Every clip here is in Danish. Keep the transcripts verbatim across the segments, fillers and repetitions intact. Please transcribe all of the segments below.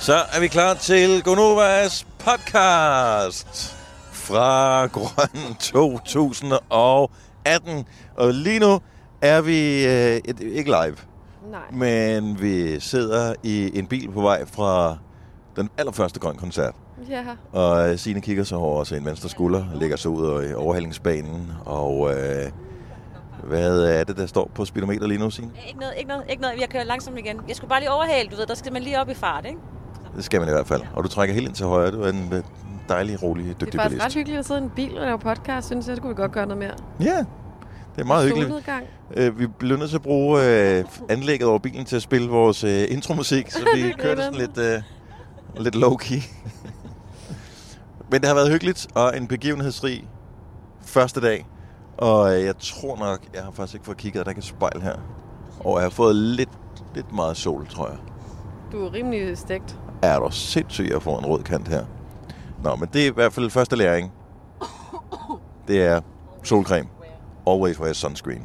Så er vi klar til Gonovas podcast fra Grøn to tusind atten. Og lige nu er vi øh, ikke live, Nej. men vi sidder i en bil på vej fra den allerførste Grøn-koncert. Ja. Og Signe kigger så over sin venstre skulder og lægger sig ud i overhalingsbanen. Og øh, hvad er det, der står på speedometer lige nu, Signe? Ikke noget, ikke noget, ikke noget. Jeg kører langsomt igen. Jeg skulle bare lige overhale, du ved. Der skal man lige op i fart, ikke? Det skal man i hvert fald. Og du trækker helt ind til højre. Du er en dejlig, rolig, dygtig bilist. Det er faktisk ret hyggeligt at sidde i en bil og lave podcast, synes jeg. Det kunne vi godt gøre noget mere. Ja, det er meget hyggeligt. Uh, vi bliver nødt til at bruge uh, anlægget over bilen til at spille vores uh, intromusik, så vi kører det sådan lidt, uh, lidt low-key. Men det har været hyggeligt og en begivenhedsrig første dag. Og uh, jeg tror nok, jeg har faktisk ikke fået kigget, at der er et spejl her. Og jeg har fået lidt, lidt meget sol, tror jeg. Du er rimelig stegt. Er du sindssygt at få en rød kant her? Nå, men det er i hvert fald første læring. Det er solcreme. Always wear sunscreen.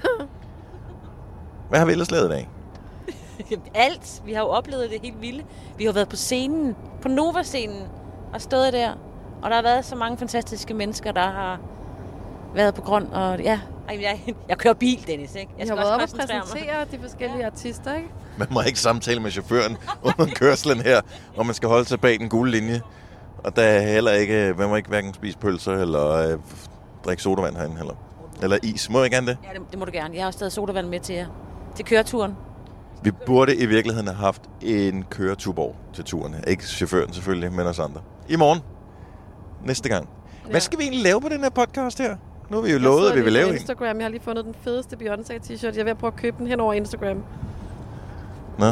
Hvad har vi ellers lavet i dag? Alt. Vi har jo oplevet det helt vilde. Vi har været på scenen, på Nova-scenen, og stået der. Og der har været så mange fantastiske mennesker, der har været på grund. Og ja, jeg, jeg kører bil, Dennis, ikke? Jeg skal har været oppe og præsentere de forskellige ja. artister, ikke? Man må ikke samtale med chaufføren under kørslen her, og man skal holde sig bag den gule linje. Og der er heller ikke, man må ikke hverken spise pølser eller øh, drikke sodavand herinde heller. Eller is. Må jeg gerne det? Ja, det, det må du gerne. Jeg har også stadig sodavand med til, til køreturen. Vi burde i virkeligheden have haft en køreturborg til turen. Ikke chaufføren selvfølgelig, men os andre. I morgen. Næste gang. Ja. Hvad skal vi egentlig lave på den her podcast her? Nu har vi jo lovet, at vi vil lave en. Instagram. Jeg har lige fundet den fedeste Beyoncé t-shirt. Jeg er ved at prøve at købe den hen over Instagram. Nå.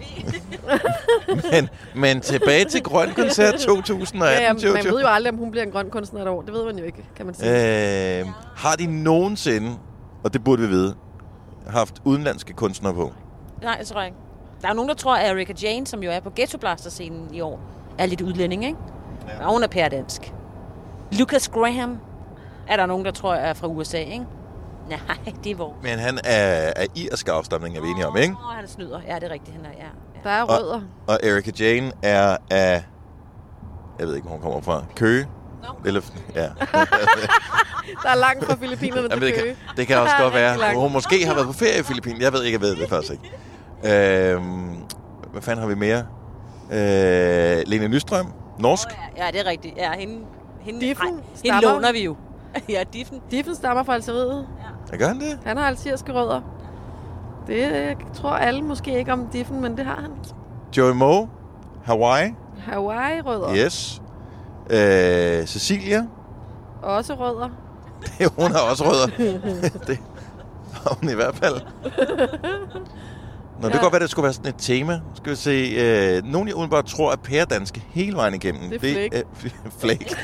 men, men tilbage til Grøn Koncert to tusind atten. Ja, ja, man ved jo aldrig, om hun bliver en grøn kunstner et år. Det ved man jo ikke, kan man sige. Øh, har de nogensinde, og det burde vi vide, haft udenlandske kunstnere på? Nej, det tror jeg ikke. Der er jo nogen, der tror, at Erika Jane, som jo er på Ghetto Blaster-scenen i år, er lidt udlænding, ikke? Ja. Og hun er pærdansk. Lucas Graham er der nogen, der tror er fra U S A, ikke? Nej, det er hvor. Men han er, er irsk afstamning, er vi enige om, ikke? Åh, han snyder. Ja, det er rigtigt, han er, ja. Der er rødder. Og, og Erika Jane er af, jeg ved ikke, hvor hun kommer fra, Køge? No. Eller, ja. Der er langt fra Filippinerne til det Køge. Kan, det kan også godt være. Hun måske har været på ferie i Filippinerne. Jeg ved ikke, jeg ved det faktisk ikke. Øhm, hvad fanden har vi mere? Øh, Lene Nystrøm, norsk. Oh, ja. ja, det er rigtigt. Ja, hende, hende, Diffen ej, hende låner vi jo. Ja, Diffen. Diffen stammer fra Algeriet. Ja. Gør han det? Han har algeriske rødder. Det jeg tror alle måske ikke om Diffen, men det har han. Joey Moe, Hawaii. Hawaii-rødder. Yes. Øh, Cecilia. Også rødder. Hun har også rødder. Det har hun i hvert fald. Nå, det kan godt være, det skulle være sådan et tema. Skal vi se. Øh, nogen, jeg udenbart tror, er pærdanske hele vejen igennem. Det er Flake. Det er Flake.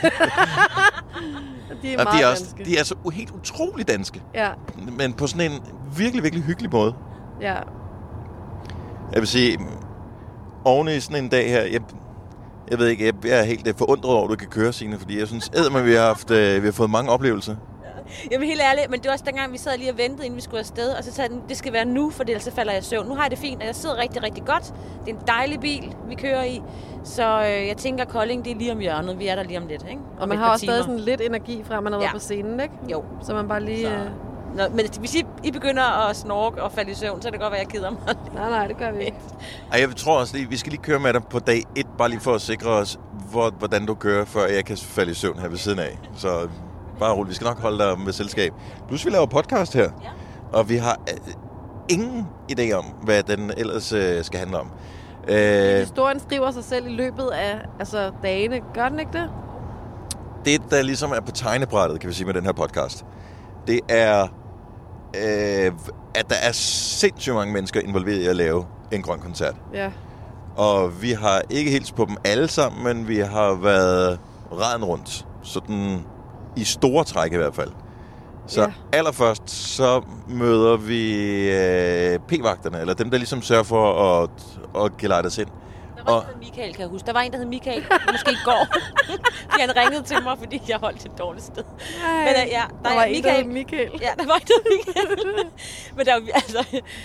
De er meget de er også, danske. De er så helt utroligt danske. Ja. Men på sådan en virkelig, virkelig hyggelig måde. Ja. Jeg vil sige, oven i sådan en dag her, jeg, jeg ved ikke, jeg er helt forundret over, at du kan køre, Signe, fordi jeg synes, at vi har haft, vi har fået mange oplevelser. Jamen helt ærligt, men det var også dengang, vi sad lige og ventede, inden vi skulle afsted, og så sagde den, det skal være nu, for ellers så falder jeg i søvn. Nu har jeg det fint, og jeg sidder rigtig, rigtig godt. Det er en dejlig bil, vi kører i, så øh, jeg tænker, Kolding, det er lige om hjørnet. Vi er der lige om lidt, ikke? Og man har også stadig sådan lidt energi fra, man har været ja. på scenen, ikke? Jo. Så man bare lige... Så. Nå, men hvis I, I begynder at snorke og falde i søvn, så er det godt være, jeg keder mig. Nej, nej, det gør vi ikke. Ej, jeg tror også lige, vi skal lige køre med dig på dag et, bare lige for at sikre os, hvor, hvordan du kører, før jeg kan falde i søvn her ved siden af. Så bare roligt, vi skal nok holde dig med selskab. Plus vi laver podcast her, ja. Og vi har øh, ingen idé om, hvad den ellers øh, skal handle om. Øh, Historien skriver sig selv i løbet af altså, dagene. Gør den ikke det? Det, der ligesom er på tegnebrættet, kan vi sige, med den her podcast, det er, øh, at der er sindssygt mange mennesker involveret i at lave en grøn koncert. Ja. Og vi har ikke hilst på dem alle sammen, men vi har været raden rundt. Sådan i store træk i hvert fald. Så ja. Allerførst så møder vi øh, P-vagterne, eller dem, der ligesom sørger for at, at gelejte os ind. Der var en, der hed Michael, kan jeg huske. Der var en, der hed Michael, måske i går. Fordi han ringede til mig, fordi jeg holdt et dårligt sted. Nej, men, uh, ja, der, der var Michael, en, der hed Michael. Ja, der var en, der hed Michael. Men der var, altså,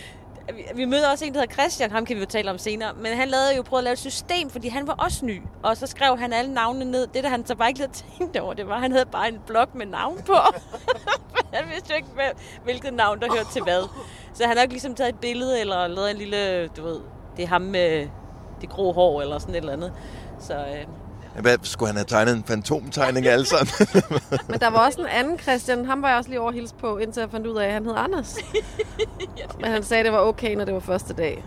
vi, vi møder også en, der hedder Christian. Ham kan vi jo tale om senere. Men han lavede jo prøvet at lave et system, fordi han var også ny. Og så skrev han alle navnene ned. Det, der han så bare ikke havde tænkt over, det var, at han havde bare en blok med navn på. Han vidste jo ikke, hvilket navn, der hørte til hvad. Så han har ikke ligesom taget et billede, eller lavet en lille, du ved, det er ham med det grå hår, eller sådan et eller andet. Så... Øh, Hvad, skulle han have tegnet en fantomtegning af alle sammen? Men der var også en anden Christian. Ham var jeg også lige over hils på, indtil jeg fandt ud af, at han hed Anders. Men han sagde, at det var okay, når det var første dag.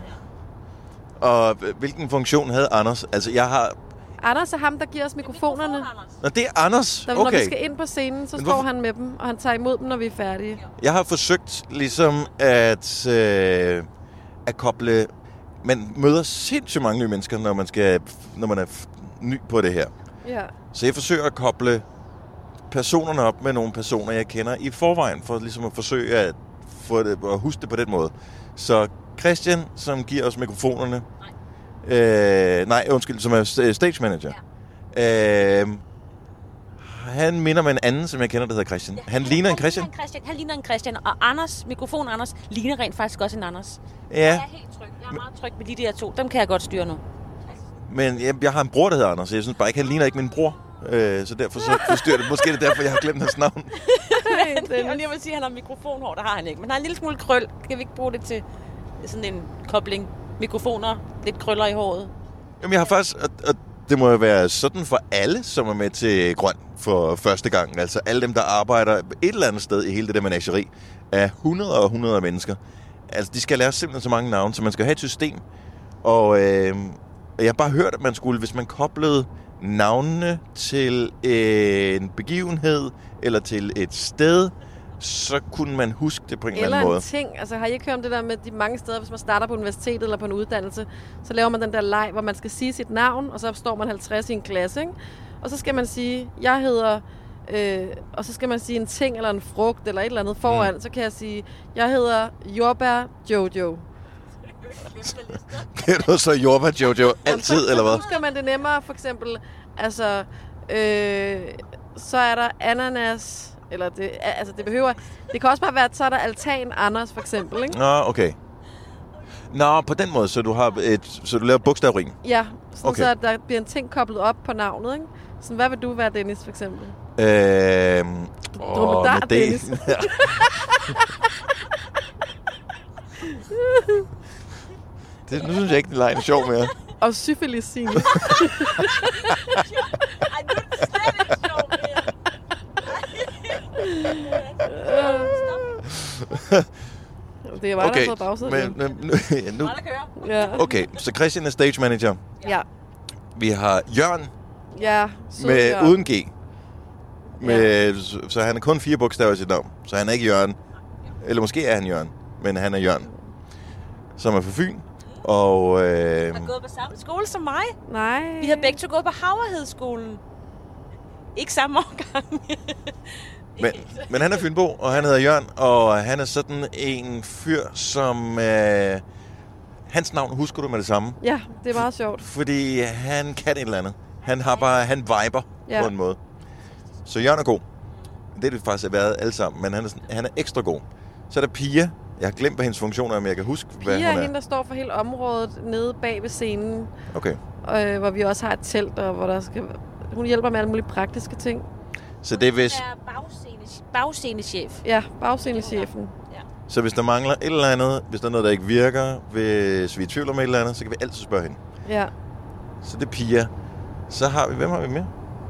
Og hvilken funktion havde Anders? Altså, jeg har... Anders er ham, der giver os mikrofonerne. Nå, det er Anders? Der, okay. Når vi skal ind på scenen, så Men står hvorfor... han med dem, og han tager imod dem, når vi er færdige. Jeg har forsøgt ligesom at, øh, at koble... Man møder sindssygt mange nye mennesker, når man, skal, når man er ny på det her. Ja. Så jeg forsøger at koble personerne op med nogle personer, jeg kender i forvejen, for ligesom at forsøge at, få det, at huske det på den måde. Så Christian, som giver os mikrofonerne, nej, øh, nej undskyld, som er stage manager, ja. øh, han minder med en anden, som jeg kender, der hedder Christian. Ja, han, han ligner han en Christian. Ligner en Christian. Han ligner en Christian, og Anders, mikrofon Anders, ligner rent faktisk også en Anders. Ja. Jeg er helt tryg. Jeg er meget tryg med de der to. Dem kan jeg godt styre nu. Men jeg, jeg har en bror, der hedder Anders, så jeg synes bare ikke, han ligner ikke min bror. Øh, så derfor så forstyrrer det. Måske er det derfor, jeg har glemt hans navn. Og jeg vil sige, at han har mikrofonhår. Der har han ikke. Men han har en lille smule krøl. Kan vi ikke bruge det til sådan en kobling? Mikrofoner, lidt krøller i håret. Jamen, jeg har faktisk... Og, og det må jo være sådan for alle, som er med til Grøn for første gang. Altså alle dem, der arbejder et eller andet sted i hele det der menageri, af hundrede og hundrede mennesker. Altså, de skal lære simpelthen så mange navne, så man skal have et system. Og øh, jeg har bare hørt, at man skulle, hvis man koblede navnene til en begivenhed eller til et sted, så kunne man huske det på en eller, eller anden måde. Eller en ting. Altså, har I ikke hørt om det der med de mange steder, hvis man starter på universitetet eller på en uddannelse, så laver man den der leg, hvor man skal sige sit navn, og så står man halvtreds i en klasse, ikke? Og så skal man sige, jeg hedder... Øh, og så skal man sige en ting eller en frugt eller et eller andet foran. Mm. Så kan jeg sige, jeg hedder Jordbær Jojo. Det er du så Jordbær Jojo altid, eller hvad? Så husker man det nemmere, for eksempel, altså, øh, så er der ananas, eller det, altså det behøver, det kan også bare være, at så er der altan Anders, for eksempel, ikke? Nå, okay. Nå, på den måde, så du har et, så du laver bogstavrim? Ja, sådan okay. Så der bliver en ting koblet op på navnet, ikke? Sådan, hvad vil du være, Dennis, for eksempel? Øhm... Dromedar, åh, Dennis. Ja. det, nu synes jeg ikke, det lejen er sjov mere. Og syfilis, Signe. Ej, nu er det slet ikke sjov mere. Det er mig, okay, der har fået bagsædet. Men, men, nu, ja, nu. Ja. Okay, så Christian er stage manager. Ja. Vi har Jørgen ja, med Jørgen. uden G. Med, ja. så, så han er kun fire bogstaver i sit navn. Så han er ikke Jørgen. Eller måske er han Jørgen, men han er Jørgen. Som er fra Fyn. Og... Øh, har gået på samme skole som mig. Nej. Vi har begge to gået på Havrehedsskolen. Ikke samme årgang. men, men han er Fynbo, og han hedder Jørgen, og han er sådan en fyr, som... Øh, hans navn husker du med det samme. Ja, det er meget sjovt. Fordi han kan et eller andet. Han har bare... Han viber ja. på en måde. Så Jørgen er god. Det er det faktisk været alle sammen, men han er, han er ekstra god. Så er der Pia. Jeg har glemt, hvad hendes funktioner, men jeg kan huske, Pia hvad hun er. Pia er hende, der står for hele området nede bag ved scenen. Okay. Øh, hvor vi også har et telt, og hvor der skal... Hun hjælper med alle mulige praktiske ting. Så det er hvis... Hun er bagscene, bagscenechef. Ja, bagscenechefen. Ja. Så hvis der mangler et eller andet, hvis der er noget, der ikke virker, hvis vi er i tvivl om et eller andet, så kan vi altid spørge hende. Ja. Så det er Pia. Så har vi... Hvem har vi mere?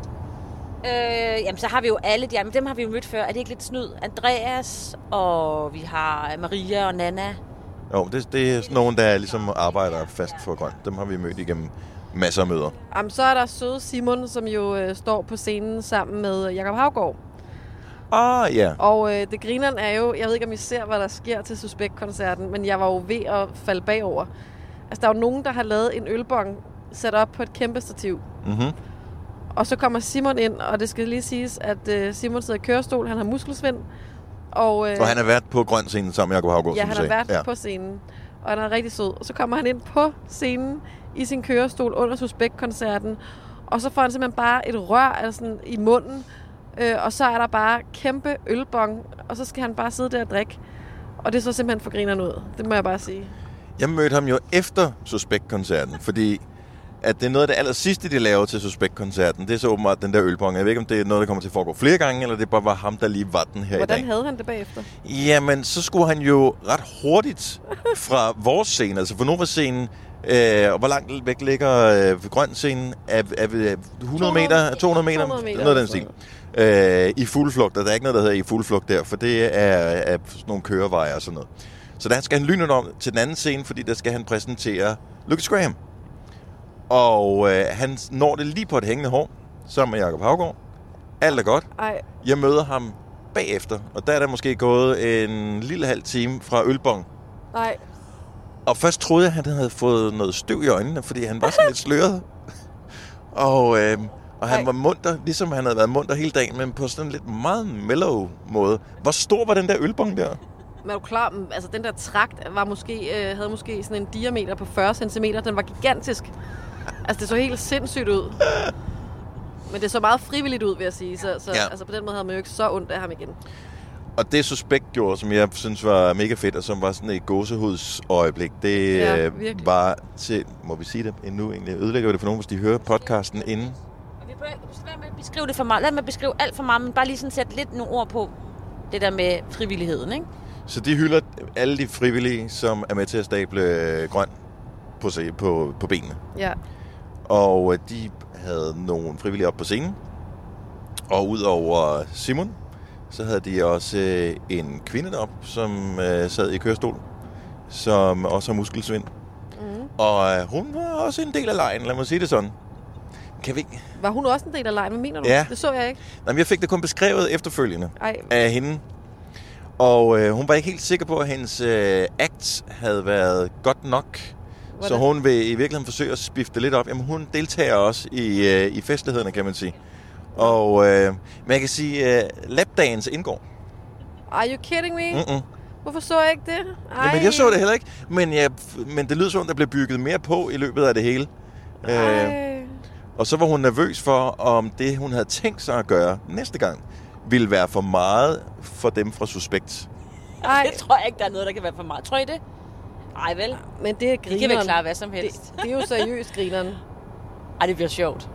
Øh, jamen, så har vi jo alle de andre. Dem har vi jo mødt før. Er det ikke lidt snyd? Andreas, og vi har Maria og Nana. Jo, det, det er sådan nogen, der ligesom arbejder fast for Grøn. Dem har vi mødt igennem masser af møder. Jamen, så er der søde Simon, som jo øh, står på scenen sammen med Jakob Haugaard. Ah, ja. Yeah. Og øh, det grineren er jo... Jeg ved ikke, om I ser, hvad der sker til Suspekt-koncerten, men jeg var jo ved at falde bagover. Altså, der er jo nogen, der har lavet en ølbong sat op på et kæmpe stativ. Mhm. Og så kommer Simon ind, og det skal lige siges, at øh, Simon sidder i kørestol, han har muskelsvind. Og, øh, og han har været på Grøn scenen sammen med Jakob Haugaard, ja, som han du har været ja. på scenen, og han er rigtig sød. Og så kommer han ind på scenen i sin kørestol under Suspekt-koncerten, og så får han simpelthen bare et rør altså, i munden, øh, og så er der bare kæmpe ølbong, og så skal han bare sidde der og drikke. Og det så simpelthen for grineren ud, det må jeg bare sige. Jeg mødte ham jo efter Suspekt-koncerten, fordi at det er noget af det aller sidste, de laver til Suspekt-koncerten. Det er så åbenbart den der ølbong. Jeg ved ikke, om det er noget, der kommer til at foregå flere gange, eller det bare var ham, der lige var den her Hvordan i dag. Hvordan havde han det bagefter? Jamen, så skulle han jo ret hurtigt fra vores scene, altså fra Nova-scenen, øh, og hvor langt væk ligger øh, grøn-scenen? Er, er, er hundrede meter? to hundrede meter? to hundrede meter noget af den stil. Øh, I fuld flugt, og der er ikke noget, der hedder i fuld flugt der, for det er, er sådan nogle køreveje og sådan noget. Så der skal han lyne om til den anden scene, fordi der skal han præsentere Lucas Graham. Og øh, han når det lige på et hængende hår, sammen med Jacob Haugaard. Alt er godt. Ej. Jeg møder ham bagefter, og der er der måske gået en lille halv time fra ølbong. Nej. Og først troede jeg, at han havde fået noget støv i øjnene, fordi han var sådan lidt sløret. Og, øh, og han Ej. var munter, ligesom han havde været munter hele dagen, men på sådan en lidt meget mellow måde. Hvor stor var den der ølbong der? Men er du klar? Altså, den der trakt var måske, øh, havde måske sådan en diameter på fyrre centimeter. Den var gigantisk. Altså, det så helt sindssygt ud. Men det så meget frivilligt ud, vil jeg sige. Så, så ja. altså, på den måde havde man jo ikke så ondt af ham igen. Og det Suspekt gjorde, som jeg synes var mega fedt, og som var sådan et gåsehudsøjeblik, det ja, øh, var til, må vi sige det endnu egentlig, ødelægger det for nogen, hvis de hører podcasten inden. Vi bør, lad mig beskrive det for mig. Lad mig beskrive alt for mig, men bare lige sådan sætte lidt nogle ord på det der med frivilligheden, ikke? Så de hylder alle de frivillige, som er med til at stable grøn på, på, på benene. Ja. Og de havde nogle frivillige op på scenen. Og udover Simon, så havde de også øh, en kvinde derop, som øh, sad i kørestol, som også har muskelsvind. Mm. Og øh, hun var også en del af lejen, lad mig sige det sådan. Kan vi... Var hun også en del af lejen? Hvad mener du? Ja. Det så jeg ikke. Jamen, jeg fik det kun beskrevet efterfølgende Ej. af hende. Og øh, hun var ikke helt sikker på, at hendes øh, act havde været godt nok. Hvordan? Så hun vil i virkeligheden forsøge at spifte lidt op. Jamen, hun deltager også i, øh, i festlighederne, kan man sige. Og øh, men jeg kan sige, øh, lapdance indgår. Are you kidding me? Mm-mm. Hvorfor så jeg ikke det? Ej. Jamen, jeg så det heller ikke. Men, jeg, men det lyder som, der blev bygget mere på i løbet af det hele. Øh, og så var hun nervøs for, om det, hun havde tænkt sig at gøre næste gang, ville være for meget for dem fra Suspekt. Ej. Det tror jeg ikke, der er noget, der kan være for meget. Tror I det? Nej, vel? Men det er grineren. Det kan vel klare hvad som helst. Det, det er jo seriøst grineren. Ej, det bliver sjovt.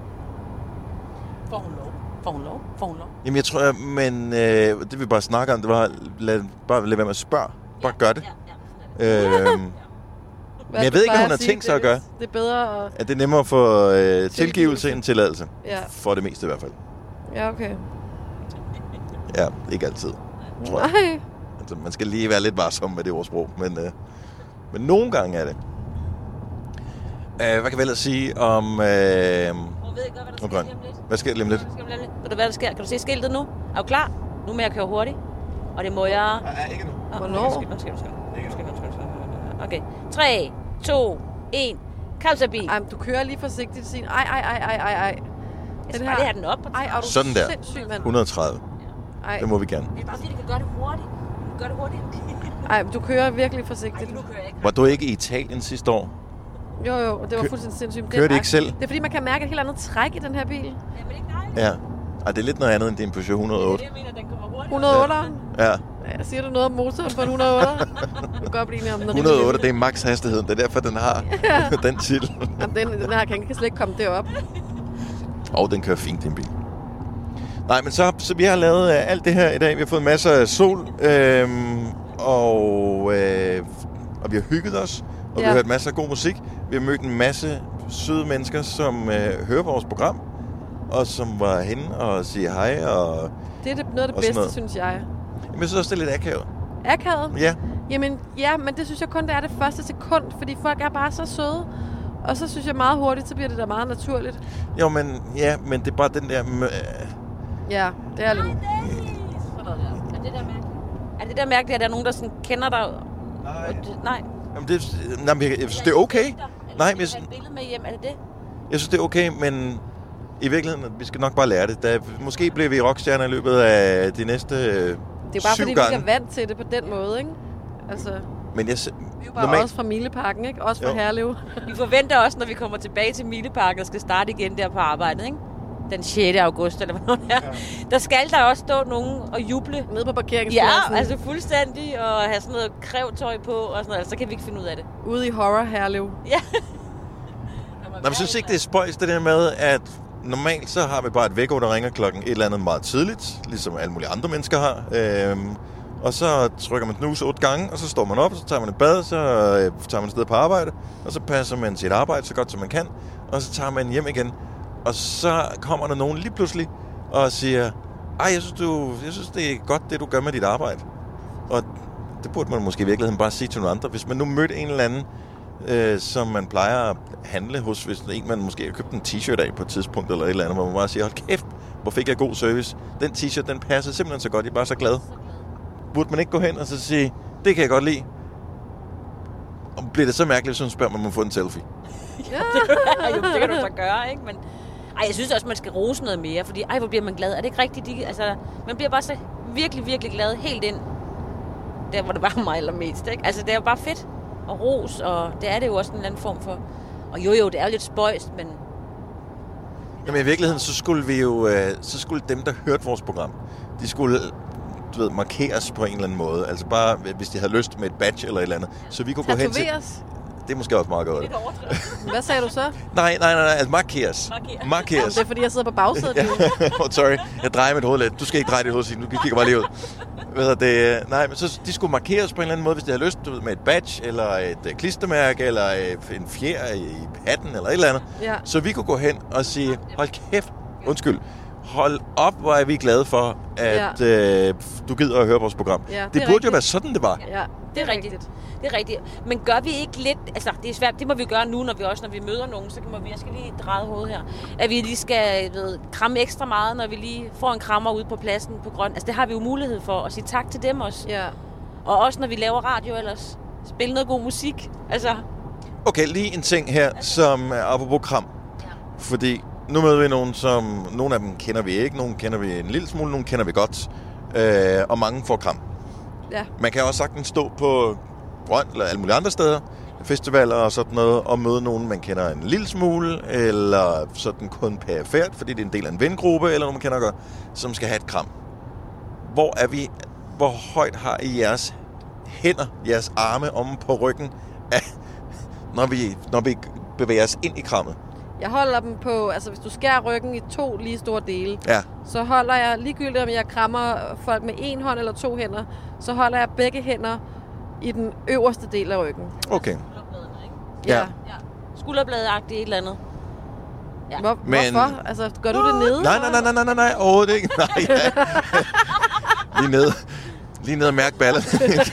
Får hun lov? Får hun lov? Får hun lov? Jamen, jeg tror, men øh, det vi bare snakker om, det var, lad, bare lad være med at spørge. Bare gør det. Ja, ja, ja. Øhm, men jeg ved ikke, hvad hun har tænkt sig at gøre. Det er bedre at... At det er nemmere at få øh, tilgivelse end tilladelse. Ja. For det meste i hvert fald. Ja, okay. Ja, ikke altid, tror jeg. Nej. Altså, man skal lige være lidt varsom med det ordsprog, men, øh, men nogle gange er det. Øh, hvad kan vi ellers sige om... Øh, Jeg ved ikke godt, hvad der sker lige om lidt. Hvad sker lige om lidt? Ved du, hvad der sker? Kan du se skiltet nu? Er du klar? Nu med at køre hurtigt. Og det må jeg... Nej, ikke nu. Oh, Hvornår? Undskyld, undskyld, undskyld. Okay. tre, to, et. Kald sig bil. Ej, du kører lige forsigtigt og siger, ej, ej, ej, ej, ej, ej. Jeg skal bare lige have den op. Ej, er du sådan der. sindssyg, mand. hundrede og tredive. Ej. Det må vi gerne. Det er bare fordi, det kan gøre det hurtigt. Du kan gøre det hurtigt. Ej, du kører virkelig forsigtigt. Ej, nu kører jeg ikke. Var du ikke i Italien sidste år? Jo, jo, det var fuldstændig sindssygt. Kører det ikke selv? Det er fordi, man kan mærke et helt andet træk i den her bil. Jamen, det er ikke dejligt. Ja. Ej, det er lidt noget andet end din Peugeot et hundrede og otte. Det er det, jeg mener, den kommer hurtigt. et hundrede og otte? Ja. Ja. Siger du noget om motoren på en et hundrede og otte? Du kan godt blive med om den. et hundrede og otte, det er max hastigheden. Det er derfor, den har ja. den titel. Jamen, den, den her kan, kan slet ikke komme derop. Og den kører fint, din bil. Nej, men så, så vi har lavet uh, alt det her i dag. Vi har fået masser af sol, øhm, og, øh, og vi har hygget os, og ja. vi har hørt masser af god musik. Vi har mødt en masse søde mennesker, som øh, hører vores program, og som var henne og siger hej. Og, det er det, noget af det bedste, noget. Synes jeg. Jamen, jeg synes også, det er lidt akavet. Akavet? Ja. Jamen, ja, men det synes jeg kun, det er det første sekund, fordi folk er bare så søde. Og så synes jeg meget hurtigt, så bliver det da meget naturligt. Jo, men, ja, men det er bare den der... Øh... Ja, det er lidt... Nej, det er det der mærkeligt? Er det der mærkeligt, at der er nogen, der sådan kender dig? Nej. Nej. Jamen, det, nej, jeg, jeg synes, det er okay. Nej, men jeg, et billede med hjem, er det det? Jeg synes, det er okay, men i virkeligheden, vi skal nok bare lære det. Da, måske bliver vi rockstjerner i løbet af de næste syv gange. Det er bare, fordi gange. Vi ikke er vant til det på den måde, ikke? Altså... Men jeg, vi er jo bare normalt... også fra Mileparken, ikke? Også fra jo. Herlev. Vi forventer også, når vi kommer tilbage til Mileparken og skal starte igen der på arbejdet, ikke? den sjette august, eller hvad det er, ja. Der skal der også stå nogen og juble. Nede på parkeringspladsen. Ja, altså fuldstændig, og have sådan noget krævtøj på, og sådan noget, altså, så kan vi ikke finde ud af det. Ude i horror Herlev. Ja. Nå, men synes ikke, det er spøjs, det der med, at normalt så har vi bare et vækord, der ringer klokken et eller andet meget tidligt, ligesom alle mulige andre mennesker har. Øhm, og så trykker man snus otte gange, og så står man op, og så tager man et bad, så øh, tager man et sted på arbejde, og så passer man sit arbejde så godt som man kan, og så tager man hjem igen. Og så kommer der nogen lige pludselig og siger, ej, jeg synes, du, jeg synes, det er godt, det du gør med dit arbejde. Og det burde man måske i virkeligheden bare sige til nogle andre. Hvis man nu mødte en eller anden, øh, som man plejer at handle hos, hvis en, man måske har købt en t-shirt af på et tidspunkt, eller et eller andet, hvor man bare siger, hold kæft, hvor fik jeg god service. Den t-shirt, den passer simpelthen så godt, jeg er bare så glad. Burde man ikke gå hen og så sige, det kan jeg godt lide. Og bliver det så mærkeligt, så spørger man, om man får en selfie. Ja, jo, det kan du så gøre, ikke? Men ej, jeg synes også, man skal rose noget mere, fordi ej, hvor bliver man glad. Er det ikke rigtigt? De, altså, man bliver bare så virkelig, virkelig glad helt ind, der hvor det var mig allermest, ikke? Altså, det er jo bare fedt og ros, og det er det jo også en eller anden form for. Og jo, jo, det er jo lidt spøjst, men... Jamen i virkeligheden, så skulle vi jo, så skulle dem, der hørte vores program, de skulle, du ved, markeres på en eller anden måde. Altså bare, hvis de havde lyst med et badge eller et eller andet. Så vi kunne gå hen til... Det er måske også meget godt. Hvad sagde du så? Nej, nej, nej, nej. Altså markeres. Markeres. Markeres. Det er fordi, jeg sidder på bagsædet. Ja. Oh, sorry, jeg drejer mit hoved lidt. Du skal ikke dreje dit hoved, nu kigger bare lige ud. Hvad det? Nej, men så de skulle markeres på en eller anden måde, hvis de havde lyst, du ved, med et badge, eller et klistermærke, eller en fjer i hatten, eller et eller andet. Ja. Så vi kunne gå hen og sige, hold kæft, undskyld, hold op, hvor er vi glade for, at ja. øh, du gider at høre vores program. Ja, det, det burde rigtigt. Jo være sådan, det var. Ja, det er rigtigt. Det er rigtigt. Men gør vi ikke lidt... Altså, det er svært. Det må vi gøre nu, når vi også når vi møder nogen. Så må vi... Jeg skal lige dreje hovedet her. At vi lige skal ved, kramme ekstra meget, når vi lige får en krammer ude på pladsen på Grøn. Altså, det har vi jo mulighed for. At sige tak til dem også. Ja. Og også, når vi laver radio ellers. Spille noget god musik. Altså... Okay, lige en ting her, som er apropos kram. Ja. Fordi nu møder vi nogen, som... Nogle af dem kender vi ikke. Nogle kender vi en lille smule. Nogle kender vi godt. Øh, og mange får kram. Ja. Man kan også sagtens stå på... Grøn eller alle mulige andre steder, festivaler og sådan noget, og møde nogen, man kender en lille smule, eller sådan kun perifært, fordi det er en del af en vengruppe, eller nogen, man kender godt, som skal have et kram. Hvor er vi, hvor højt har I jeres hænder, jeres arme om på ryggen, når vi, når vi bevæger os ind i krammet? Jeg holder dem på, altså hvis du skærer ryggen i to lige store dele, ja. Så holder jeg, ligegyldigt om jeg krammer folk med en hånd eller to hænder, så holder jeg begge hænder i den øverste del af ryggen. Okay. Ja. ja. Skulderbladet-agtigt et eller andet. Ja. Hvor, Men... Hvorfor? Altså, gør du det nede? Nej, nej, nej, nej, nej, nej, nej, overhovedet ikke. Nej, ja. Lige ned. Lige ned og mærke ballerne.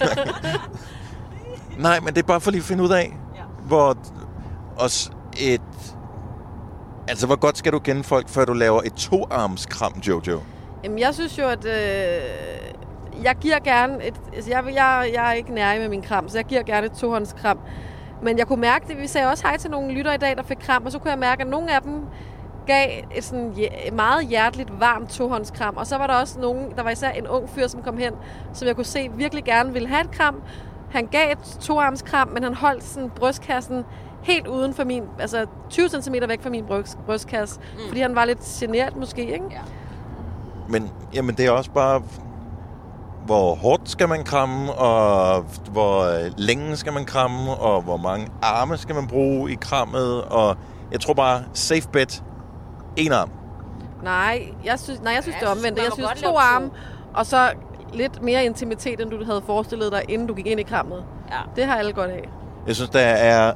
Nej, men det er bare for lige at finde ud af, ja. Hvor også et... Altså, hvor godt skal du kende folk, før du laver et toarmskram, Jojo? Jamen, jeg synes jo, at... Øh... Jeg giver gerne et... Altså jeg, jeg, jeg er ikke nær med min kram, så jeg giver gerne et tohåndskram. Men jeg kunne mærke det. Vi sagde også hej til nogle lytter i dag, der fik kram, og så kunne jeg mærke, at nogle af dem gav et sådan meget hjerteligt, varmt tohåndskram. Og så var der også nogen, der var især en ung fyr, som kom hen, som jeg kunne se virkelig gerne ville have et kram. Han gav et toarmskram, men han holdt sådan brystkassen helt uden for min... Altså tyve centimeter væk fra min bryst, brystkasse. Mm. Fordi han var lidt genert måske, ikke? Ja. Men jamen, det er også bare... Hvor hårdt skal man kramme, og hvor længe skal man kramme, og hvor mange arme skal man bruge i krammet, og jeg tror bare, safe bet, en arm. Nej, jeg synes, nej, jeg synes ja, det er omvendt. Jeg synes to arme, og så lidt mere intimitet, end du havde forestillet dig, inden du gik ind i krammet. Ja. Det har alle godt af. Jeg synes, der er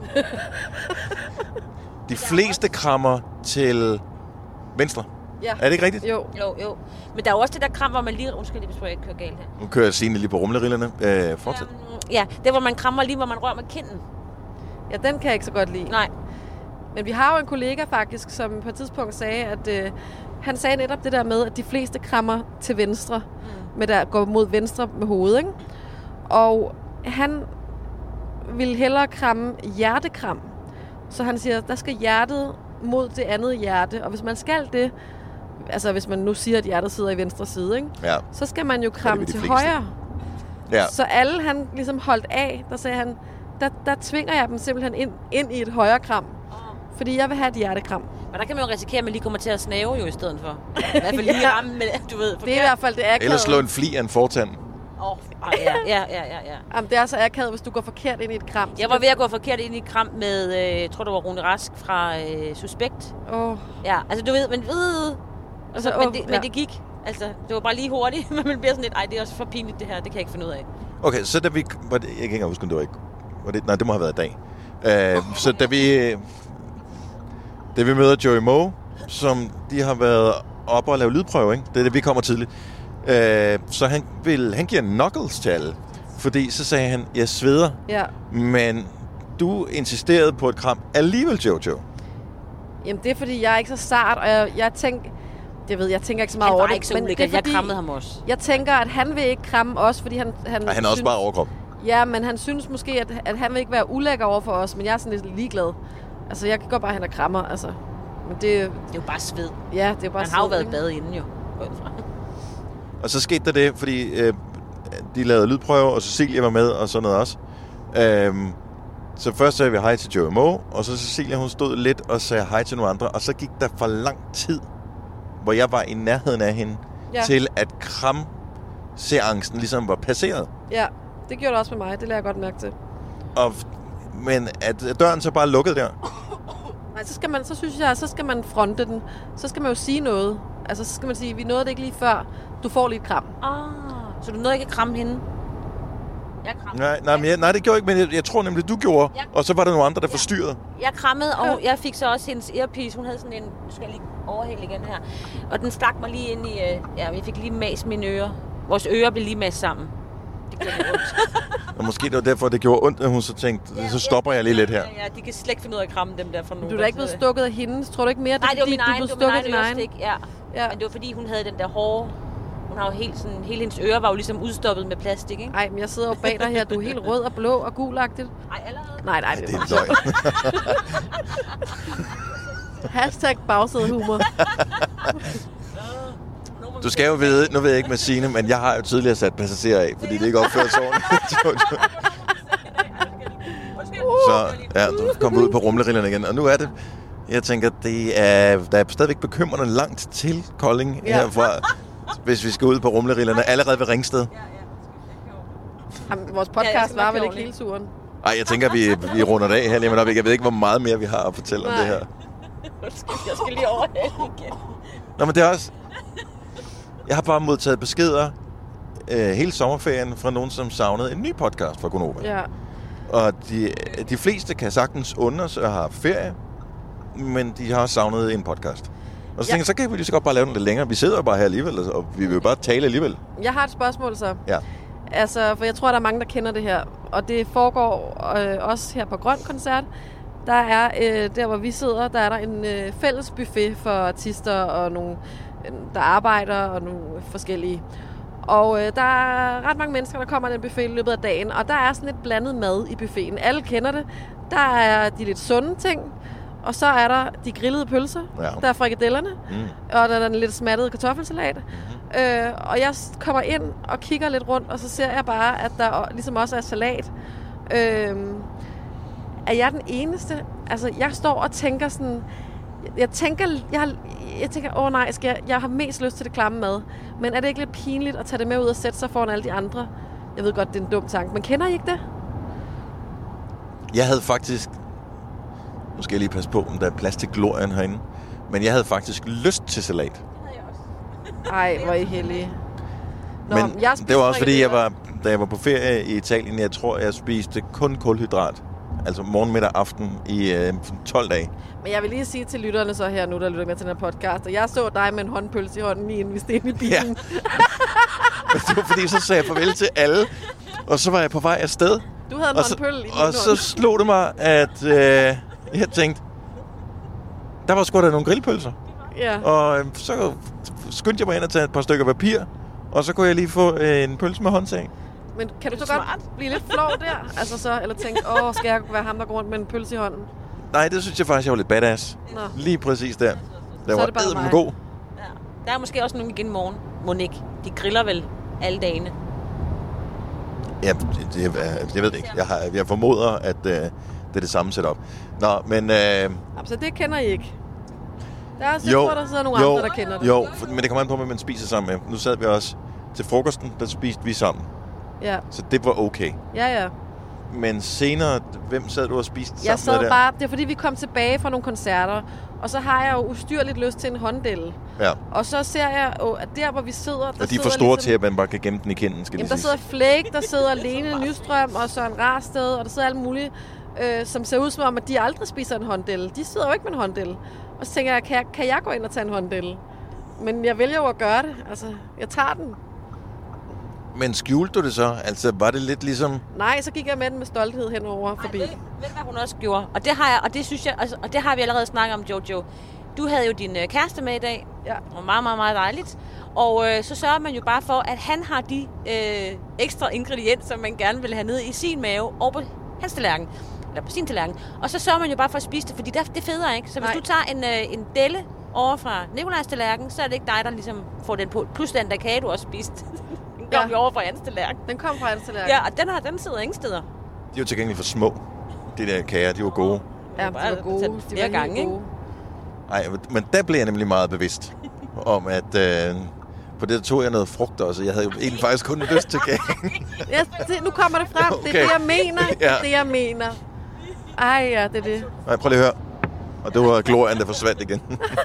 de fleste krammer til venstre. Ja. Er det ikke rigtigt? Jo. jo, jo. Men der er jo også det der kram, hvor man lige... Undskyld lige, hvis jeg ikke kører galt her. Nu kører jeg Signe lige på rumlerillerne. Øh, fortsæt. Um, ja, det hvor man krammer lige, hvor man rører med kinden. Ja, den kan jeg ikke så godt lide. Nej. Men vi har jo en kollega faktisk, som på et tidspunkt sagde, at øh, han sagde netop det der med, at de fleste krammer til venstre, mm. med der går mod venstre med hovedet, ikke? Og han vil hellere kramme hjertekram. Så han siger, der skal hjertet mod det andet hjerte, og hvis man skal det, altså hvis man nu siger, at hjertet sidder i venstre side, ikke? Ja. Så skal man jo kramme til højre. Ja. Så alle han ligesom holdt af, der sagde han, der, der tvinger jeg dem simpelthen ind, ind i et højre kram. Fordi jeg vil have et hjertekram. Men der kan man jo risikere, at man lige kommer til at snave jo i stedet for. I hvert fald lige ja. ramme med, du ved. Det er i hvert fald det akavet. Eller slå en fli af en fortand. Åh, oh, ja, ja, ja, ja, ja. Jamen, det er så akavet, hvis du går forkert ind i et kram. Jeg var ved at gå forkert ind i et kram med, øh, jeg tror det var Rune Rask fra øh, Suspekt. Åh. Oh. Ja, altså du ved, men øh, altså, oh, men, det, ja. men det gik. Altså, det var bare lige hurtigt, men man bliver sådan lidt, ej, det er også for pinligt det her, det kan jeg ikke finde ud af. Okay, så da vi, var det, jeg kan ikke engang huske, om det var ikke, var det, nej, det må have været i dag. Uh, så da vi, da vi møder Joey Moe, som de har været oppe og lave lydprøve, ikke? Det er det, vi kommer tidligt. Uh, så han, vil, han giver knuckles til alle, fordi så sagde han, jeg sveder, ja. men du insisterede på et kram alligevel, Jojo. Jamen, det er fordi, jeg er ikke så sart, og jeg, jeg tænker, det ved jeg, tænker ikke så meget over det. Han var ikke så ulækkert, jeg krammede ham også. Jeg tænker, at han vil ikke kramme os, fordi han... Han, Ej, han er også bare overkrop. Ja, men han synes måske, at, at han vil ikke være ulækker over for os, men jeg er sådan lidt ligeglad. Altså, jeg kan godt bare hen og krammer, altså. Men det, det er jo bare sved. Ja, det er jo bare Han sved, har jo været bade inden jo. Og så skete der det, fordi øh, de lavede lydprøve, og Cecilia var med, og sådan noget også. Øhm, så først sagde vi hej til Joey Moe, og så Cecilia, hun stod lidt og sagde hej til nogle andre, og så gik der for lang tid, hvor jeg var i nærheden af hende, ja. til at kramseancen ligesom var passeret. Ja, det gjorde det også med mig. Det lader jeg godt mærke til. Og, men at døren så bare lukkede der? Nej, så skal man, så synes jeg, så skal man fronte den. Så skal man jo sige noget. Altså, så skal man sige, vi nåede det ikke lige før. Du får lige et kram. Ah, så du nåede ikke at kramme hende? Jeg nej, nej, men jeg, nej, det gjorde ikke, men jeg, jeg tror nemlig, du gjorde. Jeg, og så var der nogle andre, der ja. forstyrrede. Jeg krammede, og jeg fik så også hendes earpiece. Hun havde sådan en, nu skal jeg lige overhælde igen her. Og den stak mig lige ind i, ja, vi fik lige mas mine ører. Vores ører blev lige mas sammen. Det gjorde det ondt. Og måske det var derfor, det gjorde ondt, at hun så tænkte, ja, så stopper jeg lige ja, lidt her. Ja, ja, de kan slet ikke finde ud af at kramme dem der fra nogen. Du er da ikke blevet stukket af hende, tror du ikke mere? Nej, det var min egen, du det var min egen egen ørestik, ja. ja. Men det var fordi, hun havde den der hårde... Hun har jo helt sådan, hele hendes ører var jo ligesom udstoppet med plastik, ikke? Nej, men jeg sidder jo bag dig her. Du er helt rød og blå og gulagtigt. Nej, allerede. Nej, nej, det, det er løgn. Hashtag bagsædehumor. Du skal jo vide, nu ved jeg ikke med Signe, men jeg har jo tidligere sat passagerer af, fordi det ikke opfører sig ordentligt. Så ja, du kommer ud på rumlerillerne igen, og nu er det, jeg tænker, det er, der er stadigvæk bekymrende langt til Kolding ja. herfra, hvis vi skal ud på rumlerillerne allerede ved Ringsted. Jamen, vores podcast ja, var vel ikke hele turen? Nej, jeg tænker, vi, vi runder det af her lige med op. Jeg ved ikke, hvor meget mere vi har at fortælle Nej. om det her. Jeg skal lige overhælde igen. Nå, men det er også... Jeg har bare modtaget beskeder øh, hele sommerferien fra nogen, som savnede en ny podcast fra Gonova. Ja. Og de, de fleste kan sagtens under sig og har ferie, men de har også savnet en podcast. Og så ja. tænker jeg, så kan vi lige så godt bare lave den lidt længere. Vi sidder jo bare her alligevel, og vi vil jo bare tale alligevel. Jeg har et spørgsmål så. Ja. Altså, for jeg tror, der er mange, der kender det her. Og det foregår øh, også her på Grøn Koncert. Der er, øh, der hvor vi sidder, der er der en øh, fælles buffet for artister og nogle, der arbejder og nogle forskellige. Og øh, der er ret mange mennesker, der kommer i den buffet i løbet af dagen. Og der er sådan et blandet mad i buffeten. Alle kender det. Der er de lidt sunde ting. Og så er der de grillede pølser. Ja. Der er frikadellerne. Mm. Og der er den lidt smattede kartoffelsalat. Mm-hmm. Øh, og jeg kommer ind og kigger lidt rundt, og så ser jeg bare, at der ligesom også er salat. Øh, er jeg den eneste? Altså, jeg står og tænker sådan... Jeg tænker, jeg, jeg tænker, åh nej, skal jeg, jeg har mest lyst til det klamme mad. Men er det ikke lidt pinligt at tage det med ud og sætte sig foran alle de andre? Jeg ved godt, det er en dum tanke, men kender I ikke det? Jeg havde faktisk... Nu skal jeg lige passe på, om der er plads til glorien herinde. Men jeg havde faktisk lyst til salat. Det havde jeg også. Ej, hvor er I heldige. Nå, men jeg det var også fordi, jeg var, da jeg var på ferie i Italien, jeg tror, jeg spiste kun kulhydrat. Altså morgen, middag, aften i øh, tolv dage. Men jeg vil lige sige til lytterne så her nu, der lytter med til den her podcast, og jeg så dig med en håndpølse i hånden lige inden vi steg i bilen. Ja. Det var fordi, så sagde jeg farvel til alle, og så var jeg på vej afsted. Du havde en håndpølse i din Og så slog det mig, at øh, jeg tænkte, der var sgu da nogle grillpølser. Ja. Og øh, så skyndte jeg mig ind og tage et par stykker papir, og så kunne jeg lige få øh, en pølse med håndsag. Men kan du så Smart. godt blive lidt flov der? Altså så, eller tænke, åh, skal jeg være ham, der går rundt med en pølse i hånden? Nej, det synes jeg faktisk, jeg var lidt badass. Nå. Lige præcis der. Der var eddermame god. Ja. Der er måske også nogen igen i morgen. Monique. De griller vel alle dagene. Ja, det, det, jeg ved det ikke. Jeg, har, jeg formoder, at uh, det er det samme setup. Nå, men... Øh, så det kender I ikke? Der er også, jo, jeg tror, der sidder nogle jo, andre, der kender det. Jo, for, men det kommer an på, hvad man spiser sammen med. Nu sad vi også til frokosten, der spiste vi sammen. Ja. Så det var okay. Ja, ja. Men senere, hvem sad du og spiste jeg sammen med der? Bare, det er fordi, vi kom tilbage fra nogle koncerter, og så har jeg jo ustyrligt lyst til en hånddel. Ja. Og så ser jeg, at der, hvor vi sidder... Der og de er for store ligesom, til, at man bare kan gemme den i kinden, skal jamen, der sidder Flake, der sidder Lene Nystrøm og Søren Rarsted, og der sidder alle mulige, øh, som ser ud som om, at de aldrig spiser en hånddel. De sidder jo ikke med en hånddel. Og så tænker jeg, kan jeg, kan jeg gå ind og tage en hånddel? Men jeg vælger jo at gøre det. Altså, jeg tager den. Men skjulte du det så? Altså, var det lidt ligesom... Nej, så gik jeg med den med stolthed henover forbi. Ej, ved, ved hvad hun også gjorde? Og det har jeg, og det synes jeg, altså, og det har vi allerede snakket om, Jojo. Du havde jo din øh, kæreste med i dag. Ja. Og meget, meget, meget dejligt. Og øh, så sørger man jo bare for, at han har de øh, ekstra ingredienser, man gerne vil have ned i sin mave og på hans tallerken. Eller på sin tallerken. Og så sørger man jo bare for at spise det, fordi det, det feder ikke. Så hvis Nej. du tager en, øh, en delle over fra Nikolajs tallerken, så er det ikke dig, der ligesom får den på. Plus den der kage, du også spiste. Den kom ja. jo over fra hans tallerken. Den kom fra hans tallerken. Ja, og den, her, den sidder ingen steder. De var tilgængelige for små. De der kager, de var gode. Ja, de var gode. De var flere gange, gode. Nej, men der blev jeg nemlig meget bevidst om, at øh, på det der tog jeg noget frugt også. Jeg havde jo egentlig faktisk kun lyst til kagen. Ja, det, nu kommer det frem. Okay. Det er det, jeg mener. Det er det, jeg mener. Ej, ja, det er det. Nej, prøv lige at høre. Og det var glorien, der forsvandt igen.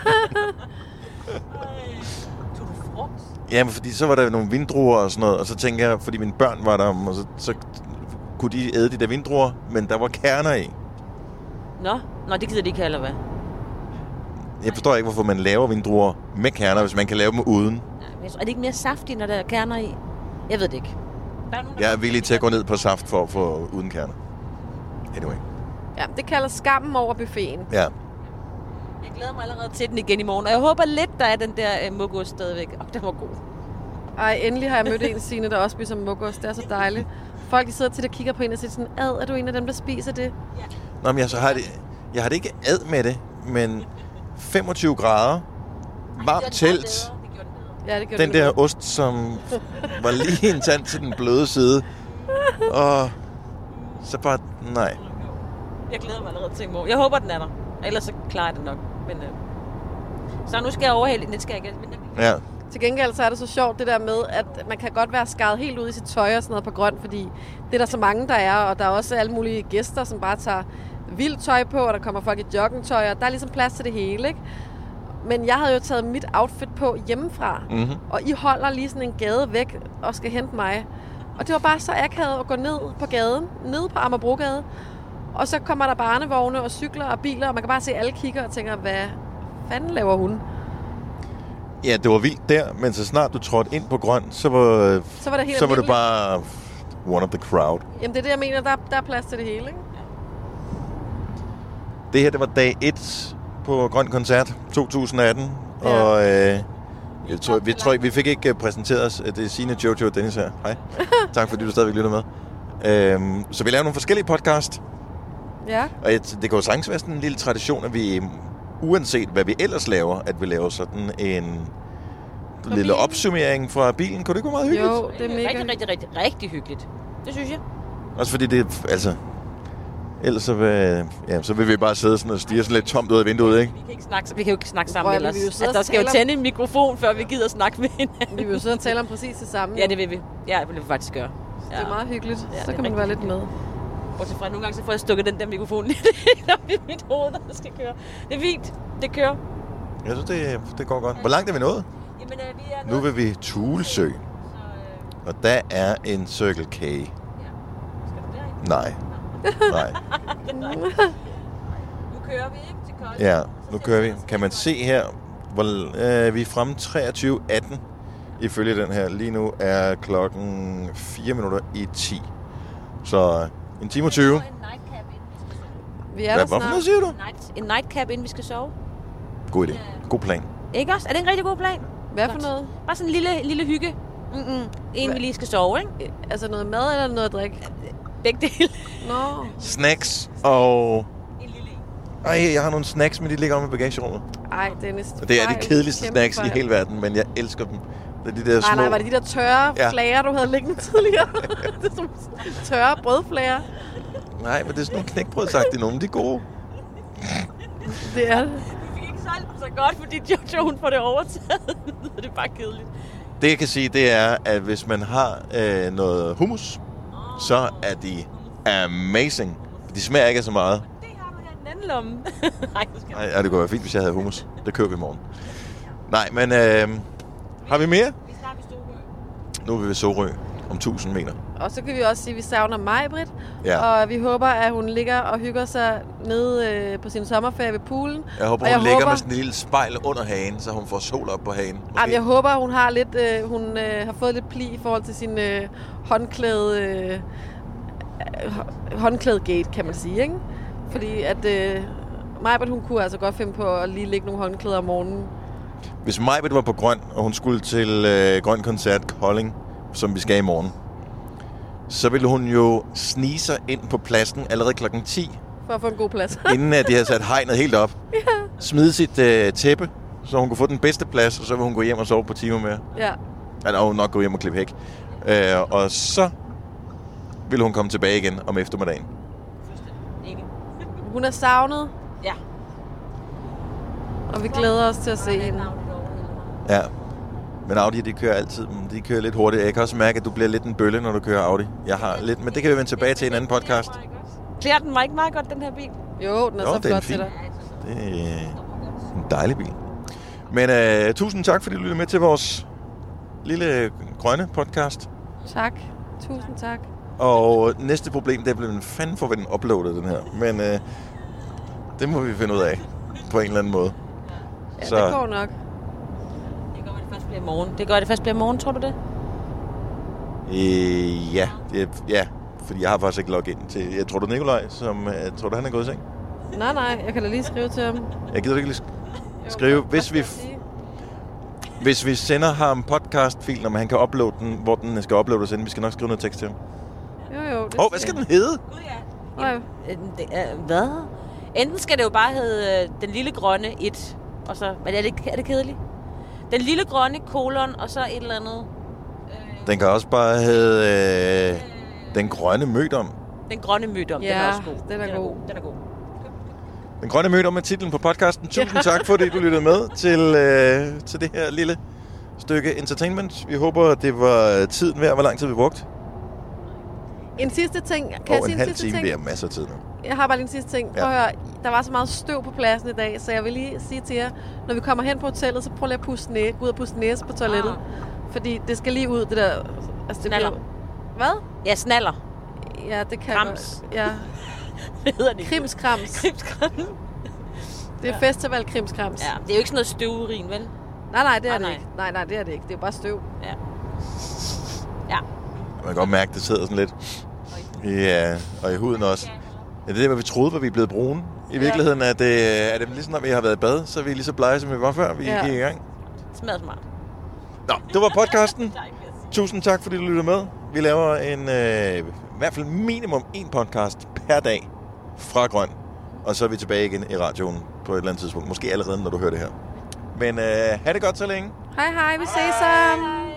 Ja, men fordi så var der nogle vindruer og sådan noget, og så tænkte jeg, fordi mine børn var der, og så, så kunne de æde de der vindruer, men der var kerner i. Nå, Nå det gider de ikke, eller hvad? Jeg forstår ikke, hvorfor man laver vindruer med kerner, hvis man kan lave dem uden. Ja, er det ikke mere saftigt, når der er kerner i? Jeg ved det ikke. Er nogen, jeg er villig til at gå ned på saft for at få uden kerner. Anyway. Ja, det kalder skammen over buffeten. Ja. Jeg glæder mig allerede til den igen i morgen, og jeg håber lidt, der er den der uh, mugost stadigvæk. Og den var god. Ej, endelig har jeg mødt en Signe, der også spiser mugost. Det er så dejligt. Folk, de sidder til og kigger på en og siger sådan, ad, er du en af dem, der spiser det? Ja. Nå, men jeg, så har det, jeg har det ikke ad med det, men femogtyve grader, varmt telt. Ja, det gjorde den det der ost, som var lige en tand til den bløde side. Og så bare, nej. Jeg glæder mig allerede til i morgen. Jeg håber, den er der. Ellers så klarer jeg det nok. Men, øh... Så nu skal jeg overhælde. Det skal jeg ikke. Men... Ja. Til gengæld så er det så sjovt det der med, at man kan godt være skaret helt ud i sit tøj og sådan noget på grøn, fordi det er der så mange, der er. Og der er også alle mulige gæster, som bare tager vildt tøj på, og der kommer folk i joggingtøj, og der er ligesom plads til det hele, ikke? Men jeg havde jo taget mit outfit på hjemmefra, mm-hmm. og I holder lige sådan en gade væk og skal hente mig. Og det var bare så akavet at gå ned på gaden, ned på Amagerbrogade, og så kommer der barnevogne og cykler og biler, og man kan bare se alle kigger og tænker, hvad fanden laver hun? Ja, det var vildt der, men så snart du trådte ind på grøn, så var, så var det, helt så var det bare one of the crowd. Jamen det er det, jeg mener, der, der er plads til det hele, ikke? Det her, det var dag et på Grøn Koncert to tusind atten, ja. Og øh, jeg tror, vi, tror, vi fik ikke præsenteret os. Det er Signe, Jojo og Dennis her. Hej. Tak fordi du stadigvæk lytter med. Øhm, så vi laver nogle forskellige podcast. Ja. Og et, det kan jo sagtens være sådan en lille tradition, at vi, uanset hvad vi ellers laver, at vi laver sådan en fra lille bilen. Opsummering fra bilen. Kunne det gå meget hyggeligt? Jo, det er mega. Rigtig, rigtig, rigtig, rigtig hyggeligt. Det synes jeg. Også fordi det, altså... Ellers så vil, ja, så vil vi bare sidde sådan og stige sådan lidt tomt ud af vinduet, ikke? Vi kan, ikke snakke, vi kan jo ikke snakke sammen ellers. Altså, der skal jo tænde en mikrofon, før vi gider snakke med hinanden. Vi vil jo sidde og tale om præcis det samme. Ja, det vil vi. Ja, det vil vi faktisk gøre. Ja. Det er meget hyggeligt. Ja, så kan man være lidt med. Bortset fra, nogle gange så får jeg stukket den der mikrofon lidt op i mit hoved, der skal køre. Det er fint. Det kører. Jeg synes, det, det går godt. Hvor langt er vi nået? Jamen, øh, vi er nået. Nu vil vi Tulsø. Så, øh... Og der er en Circle K. Ja. Skal du derind? Nej. Nej. Nu kører vi, ikke? Til Kolding. Ja, nu kører vi. Kan man se her, hvor øh, vi er fremme treogtyve atten ifølge den her. Lige nu er klokken fire minutter i ti. Så en time og tyve. Vi er der snart. Hvad siger du? En nightcap, inden vi skal sove. God idé. God plan. Ikke også? Er det en rigtig god plan? Hvad for noget? Bare sådan en lille, lille hygge. Mm-mm. Inden vi lige skal sove, ikke? Altså noget mad eller noget drik? Begge dele. Nå. Snacks og... En lille en. Ej, jeg har nogle snacks, men de ligger om i bagagerummet. Ej, Dennis. Det er de kedeligste snacks fejl. I hele verden, men jeg elsker dem. Det er de der små... Nej, nej, var det de der tørre ja. flager, du havde liggende tidligere? Det er som tørre brødflager. Nej, men det er sådan nogle knækbrødsagtige nogen. De er gode. Det er det. Vi fik ikke solgt dem så godt, fordi Jojo, hun får det overtaget. Det er bare kedeligt. Det, jeg kan sige, det er, at hvis man har øh, noget hummus, så er de amazing. De smager ikke så meget. Det har du her i den anden lomme. Nej, det skal Nej, det kunne være fint, hvis jeg havde hummus. Det køber vi i morgen. Nej, men øh, har vi mere? Vi starter ved Sorø. Nu er vi ved Sorø om tusind meter. Og så kan vi også sige, at vi savner Maj-Brit. Ja. Og vi håber, at hun ligger og hygger sig nede øh, på sin sommerferie ved poolen. Jeg håber, og hun jeg ligger håber, med sådan en lille spejl under hagen, så hun får sol op på hagen. Jamen, jeg håber, hun har lidt, øh, hun øh, har fået lidt pli i forhold til sin øh, håndklæde, øh, håndklædegate, kan man sige, ikke? Fordi at øh, Maj-Brit, hun kunne altså godt finde på at lige lægge nogle håndklæder om morgenen. Hvis Maj-Brit var på Grøn, og hun skulle til øh, Grøn Koncert Kolding, som vi skal i morgen, så ville hun jo snige sig ind på pladsen allerede klokken ti. For at få en god plads. Inden at de havde sat hegnet helt op. Ja. Smide sit øh, tæppe, så hun kunne få den bedste plads, og så vil hun gå hjem og sove på timer mere. Ja. Eller hun nok gå hjem og klippe hæk. Øh, og så vil hun komme tilbage igen om eftermiddagen. Ikke. Hun er savnet, Ja. og vi glæder os til at se hende. Ja. Men Audi, de kører altid. De kører lidt hurtigt. Jeg kan også mærke, at du bliver lidt en bølle, når du kører Audi. Jeg har lidt, men det kan vi vende tilbage til i en anden podcast. Klæder den mig ikke meget godt, den her bil? Jo, den er Jo, så det er flot fin. til dig. Det er en dejlig bil. Men uh, tusind tak, fordi du lyttede med til vores lille grønne podcast. Tak. Tusind tak. Og næste problem, det er blevet fanden for, hvad den uploader, den her. Men uh, det må vi finde ud af på en eller anden måde. Ja, Så det går nok. Det gør, at det først bliver i morgen. Det gør, at det først bliver i morgen, tror du det? øh, ja, det, ja, fordi jeg har faktisk ikke logget ind til. Jeg tror du Nikolaj, som jeg tror du han er gået i seng. Nej, nej, jeg kan da lige skrive til ham. Jeg gider ikke lige skrive, hvis vi hvis vi sender ham podcastfilen, om han kan uploade den, hvor den skal uploades ind. Vi skal nok skrive noget tekst til ham. Jo, jo. Åh, oh, hvad skal den hedde? Gud ja. Nej. Jamen, det er- Hvad? Enten skal det jo bare hedde øh, Den Lille Grønne et, og så... Men er det, er det kedeligt? Den Lille Grønne, kolon, og så et eller andet... Øh, Den kan også bare hedde øh, Den Grønne Mødom. Den Grønne Mødom, Ja, den er også god. den er god. Den er god. Den Grønne Mødom er titlen på podcasten. Tusind tak, fordi du lyttede med til, øh, til det her lille stykke entertainment. Vi håber, det var tiden værd. Hvor lang tid vi brugt? En sidste ting. Kan jeg Og sige en en halv sidste time, ting? det er masser af tid nu. Jeg har bare lige en sidste ting. Prøv Ja. at høre, der var så meget støv på pladsen i dag, så jeg vil lige sige til jer, når vi kommer hen på hotellet, så prøv lige at puste næ- gå ud og puste næse på toilettet. Ah. Fordi det skal lige ud, det der... Altså, det Snaller. bliver- Hvad? Ja, snaller. Ja, det kan Krams. godt. Ja. Det hedder det. Krimskrams. Krimskrams. Det er festival Krimskrams. Ja, det er jo ikke sådan noget støvurin, vel? Nej, nej, det er Nej, det nej. ikke. Nej, nej, det er det ikke. Det er jo bare støv. Ja. Ja. Man kan godt mærke, det sidder sådan lidt. Ja, og i huden også. Ja, det er det, hvad vi troede, hvor vi er blevet brune. I virkeligheden er det, er det ligesom, når vi har været i bad, så er vi lige så blege, som vi var før, vi Ja. gik i gang. Smager smart. Nå, det var podcasten. Tusind tak, fordi du lyttede med. Vi laver en, øh, i hvert fald minimum en podcast per dag fra Grøn. Og så er vi tilbage igen i radioen på et eller andet tidspunkt. Måske allerede, når du hører det her. Men øh, ha' det godt så længe. Hej, hej. Vi ses sammen.